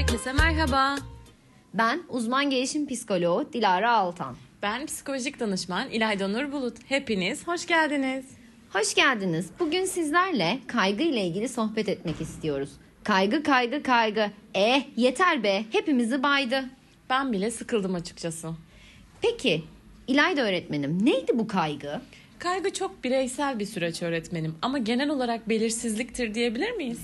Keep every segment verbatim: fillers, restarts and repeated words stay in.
Herkese merhaba. Ben uzman gelişim psikoloğu Dilara Altan. Ben psikolojik danışman İlayda Nur Bulut. Hepiniz hoş geldiniz. Hoş geldiniz. Bugün sizlerle kaygı ile ilgili sohbet etmek istiyoruz. Kaygı kaygı kaygı. Eh yeter be, hepimizi baydı. Ben bile sıkıldım açıkçası. Peki İlayda öğretmenim, neydi bu kaygı? Kaygı çok bireysel bir süreç öğretmenim ama genel olarak belirsizliktir diyebilir miyiz?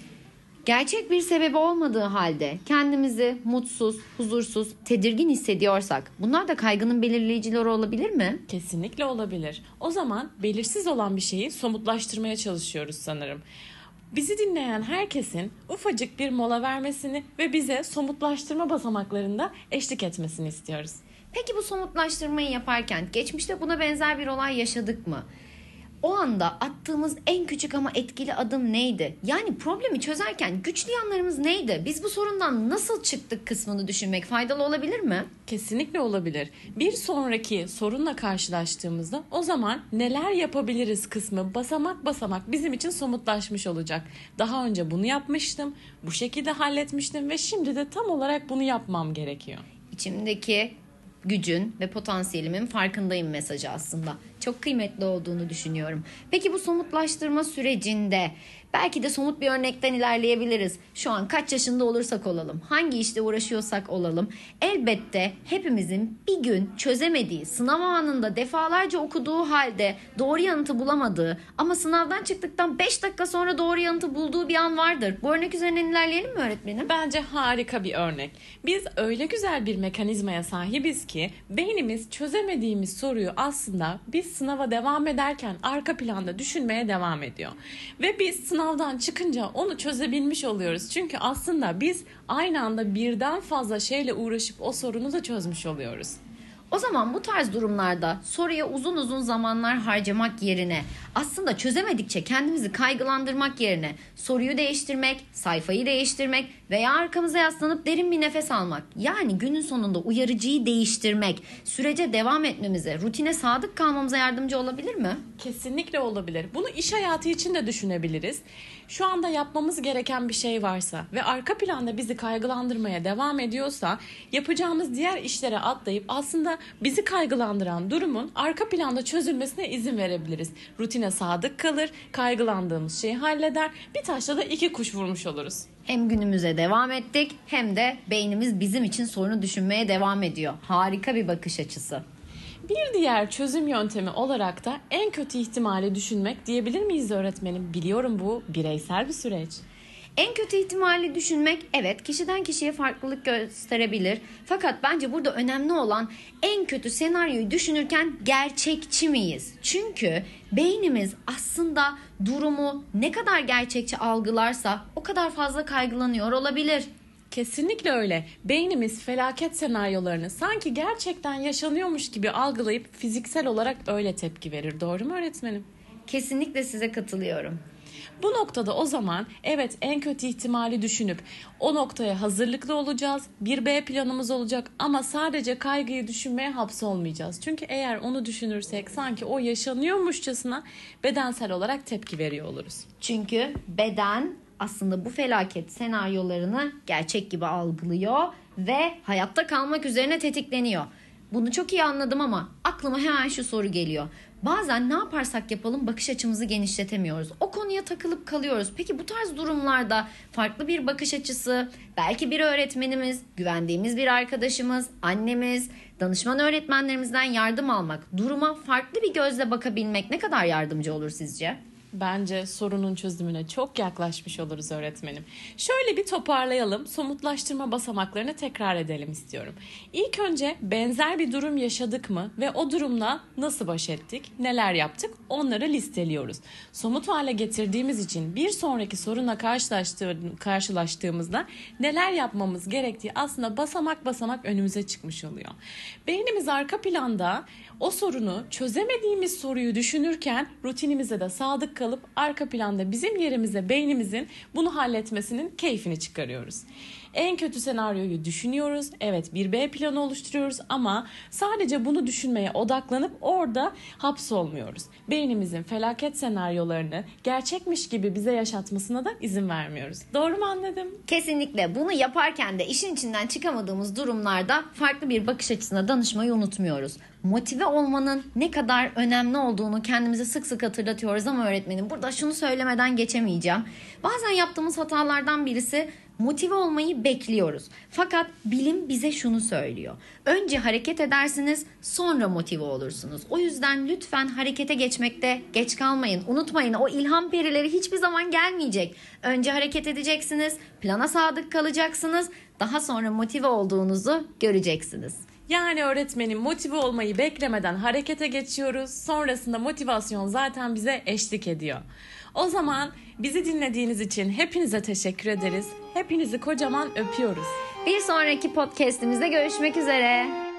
Gerçek bir sebebi olmadığı halde kendimizi mutsuz, huzursuz, tedirgin hissediyorsak bunlar da kaygının belirleyicileri olabilir mi? Kesinlikle olabilir. O zaman belirsiz olan bir şeyi somutlaştırmaya çalışıyoruz sanırım. Bizi dinleyen herkesin ufacık bir mola vermesini ve bize somutlaştırma basamaklarında eşlik etmesini istiyoruz. Peki bu somutlaştırmayı yaparken geçmişte buna benzer bir olay yaşadık mı? O anda attığımız en küçük ama etkili adım neydi? Yani problemi çözerken güçlü yanlarımız neydi? Biz bu sorundan nasıl çıktık kısmını düşünmek faydalı olabilir mi? Kesinlikle olabilir. Bir sonraki sorunla karşılaştığımızda o zaman neler yapabiliriz kısmı basamak basamak bizim için somutlaşmış olacak. Daha önce bunu yapmıştım, bu şekilde halletmiştim ve şimdi de tam olarak bunu yapmam gerekiyor. İçimdeki gücün ve potansiyelimin farkındayım mesajı aslında. Çok kıymetli olduğunu düşünüyorum. Peki bu somutlaştırma sürecinde belki de somut bir örnekten ilerleyebiliriz. Şu an kaç yaşında olursak olalım, hangi işte uğraşıyorsak olalım, elbette hepimizin bir gün çözemediği, sınav anında defalarca okuduğu halde doğru yanıtı bulamadığı ama sınavdan çıktıktan beş dakika sonra doğru yanıtı bulduğu bir an vardır. Bu örnek üzerinden ilerleyelim mi öğretmenim? Bence harika bir örnek. Biz öyle güzel bir mekanizmaya sahibiz ki beynimiz çözemediğimiz soruyu aslında biz sınava devam ederken arka planda düşünmeye devam ediyor. Ve biz sınavdan çıkınca onu çözebilmiş oluyoruz. Çünkü aslında biz aynı anda birden fazla şeyle uğraşıp o sorunu da çözmüş oluyoruz. O zaman bu tarz durumlarda soruya uzun uzun zamanlar harcamak yerine aslında çözemedikçe kendimizi kaygılandırmak yerine soruyu değiştirmek, sayfayı değiştirmek veya arkamıza yaslanıp derin bir nefes almak, yani günün sonunda uyarıcıyı değiştirmek sürece devam etmemize, rutine sadık kalmamıza yardımcı olabilir mi? Kesinlikle olabilir. Bunu iş hayatı için de düşünebiliriz. Şu anda yapmamız gereken bir şey varsa ve arka planda bizi kaygılandırmaya devam ediyorsa yapacağımız diğer işlere atlayıp aslında bizi kaygılandıran durumun arka planda çözülmesine izin verebiliriz. Rutine sadık kalır, kaygılandığımız şeyi halleder, bir taşla da iki kuş vurmuş oluruz. Hem günümüze devam ettik hem de beynimiz bizim için sorunu düşünmeye devam ediyor. Harika bir bakış açısı. Bir diğer çözüm yöntemi olarak da en kötü ihtimali düşünmek diyebilir miyiz öğretmenim? Biliyorum bu bireysel bir süreç. En kötü ihtimali düşünmek evet kişiden kişiye farklılık gösterebilir. Fakat bence burada önemli olan en kötü senaryoyu düşünürken gerçekçi miyiz? Çünkü beynimiz aslında durumu ne kadar gerçekçi algılarsa o kadar fazla kaygılanıyor olabilir. Kesinlikle öyle. Beynimiz felaket senaryolarını sanki gerçekten yaşanıyormuş gibi algılayıp fiziksel olarak öyle tepki verir. Doğru mu öğretmenim? Kesinlikle size katılıyorum. Bu noktada o zaman evet en kötü ihtimali düşünüp o noktaya hazırlıklı olacağız. Bir B planımız olacak ama sadece kaygıyı düşünmeye hapsolmayacağız. Çünkü eğer onu düşünürsek sanki o yaşanıyormuşçasına bedensel olarak tepki veriyor oluruz. Çünkü beden aslında bu felaket senaryolarını gerçek gibi algılıyor ve hayatta kalmak üzerine tetikleniyor. Bunu çok iyi anladım ama aklıma hemen şu soru geliyor. Bazen ne yaparsak yapalım bakış açımızı genişletemiyoruz. O konuya takılıp kalıyoruz. Peki bu tarz durumlarda farklı bir bakış açısı, belki bir öğretmenimiz, güvendiğimiz bir arkadaşımız, annemiz, danışman öğretmenlerimizden yardım almak, duruma farklı bir gözle bakabilmek ne kadar yardımcı olur sizce? Bence sorunun çözümüne çok yaklaşmış oluruz öğretmenim. Şöyle bir toparlayalım, somutlaştırma basamaklarını tekrar edelim istiyorum. İlk önce benzer bir durum yaşadık mı ve o durumla nasıl baş ettik, neler yaptık onları listeliyoruz. Somut hale getirdiğimiz için bir sonraki sorunla karşılaştığımızda neler yapmamız gerektiği aslında basamak basamak önümüze çıkmış oluyor. Beynimiz arka planda o sorunu, çözemediğimiz soruyu düşünürken rutinimize de sadık kalıp arka planda bizim yerimize beynimizin bunu halletmesinin keyfini çıkarıyoruz. En kötü senaryoyu düşünüyoruz. Evet, bir B planı oluşturuyoruz ama sadece bunu düşünmeye odaklanıp orada hapsolmuyoruz. Beynimizin felaket senaryolarını gerçekmiş gibi bize yaşatmasına da izin vermiyoruz. Doğru mu anladım? Kesinlikle. Bunu yaparken de işin içinden çıkamadığımız durumlarda farklı bir bakış açısına danışmayı unutmuyoruz. Motive olmanın ne kadar önemli olduğunu kendimize sık sık hatırlatıyoruz ama öğretmenim burada şunu söylemeden geçemeyeceğim. Bazen yaptığımız hatalardan birisi motive olmayı bekliyoruz. Fakat bilim bize şunu söylüyor. Önce hareket edersiniz, sonra motive olursunuz. O yüzden lütfen harekete geçmekte geç kalmayın. Unutmayın, o ilham perileri hiçbir zaman gelmeyecek. Önce hareket edeceksiniz, plana sadık kalacaksınız. Daha sonra motive olduğunuzu göreceksiniz. Yani öğretmenim, motive olmayı beklemeden harekete geçiyoruz. Sonrasında motivasyon zaten bize eşlik ediyor. O zaman bizi dinlediğiniz için hepinize teşekkür ederiz. Hepinizi kocaman öpüyoruz. Bir sonraki podcast'imizde görüşmek üzere.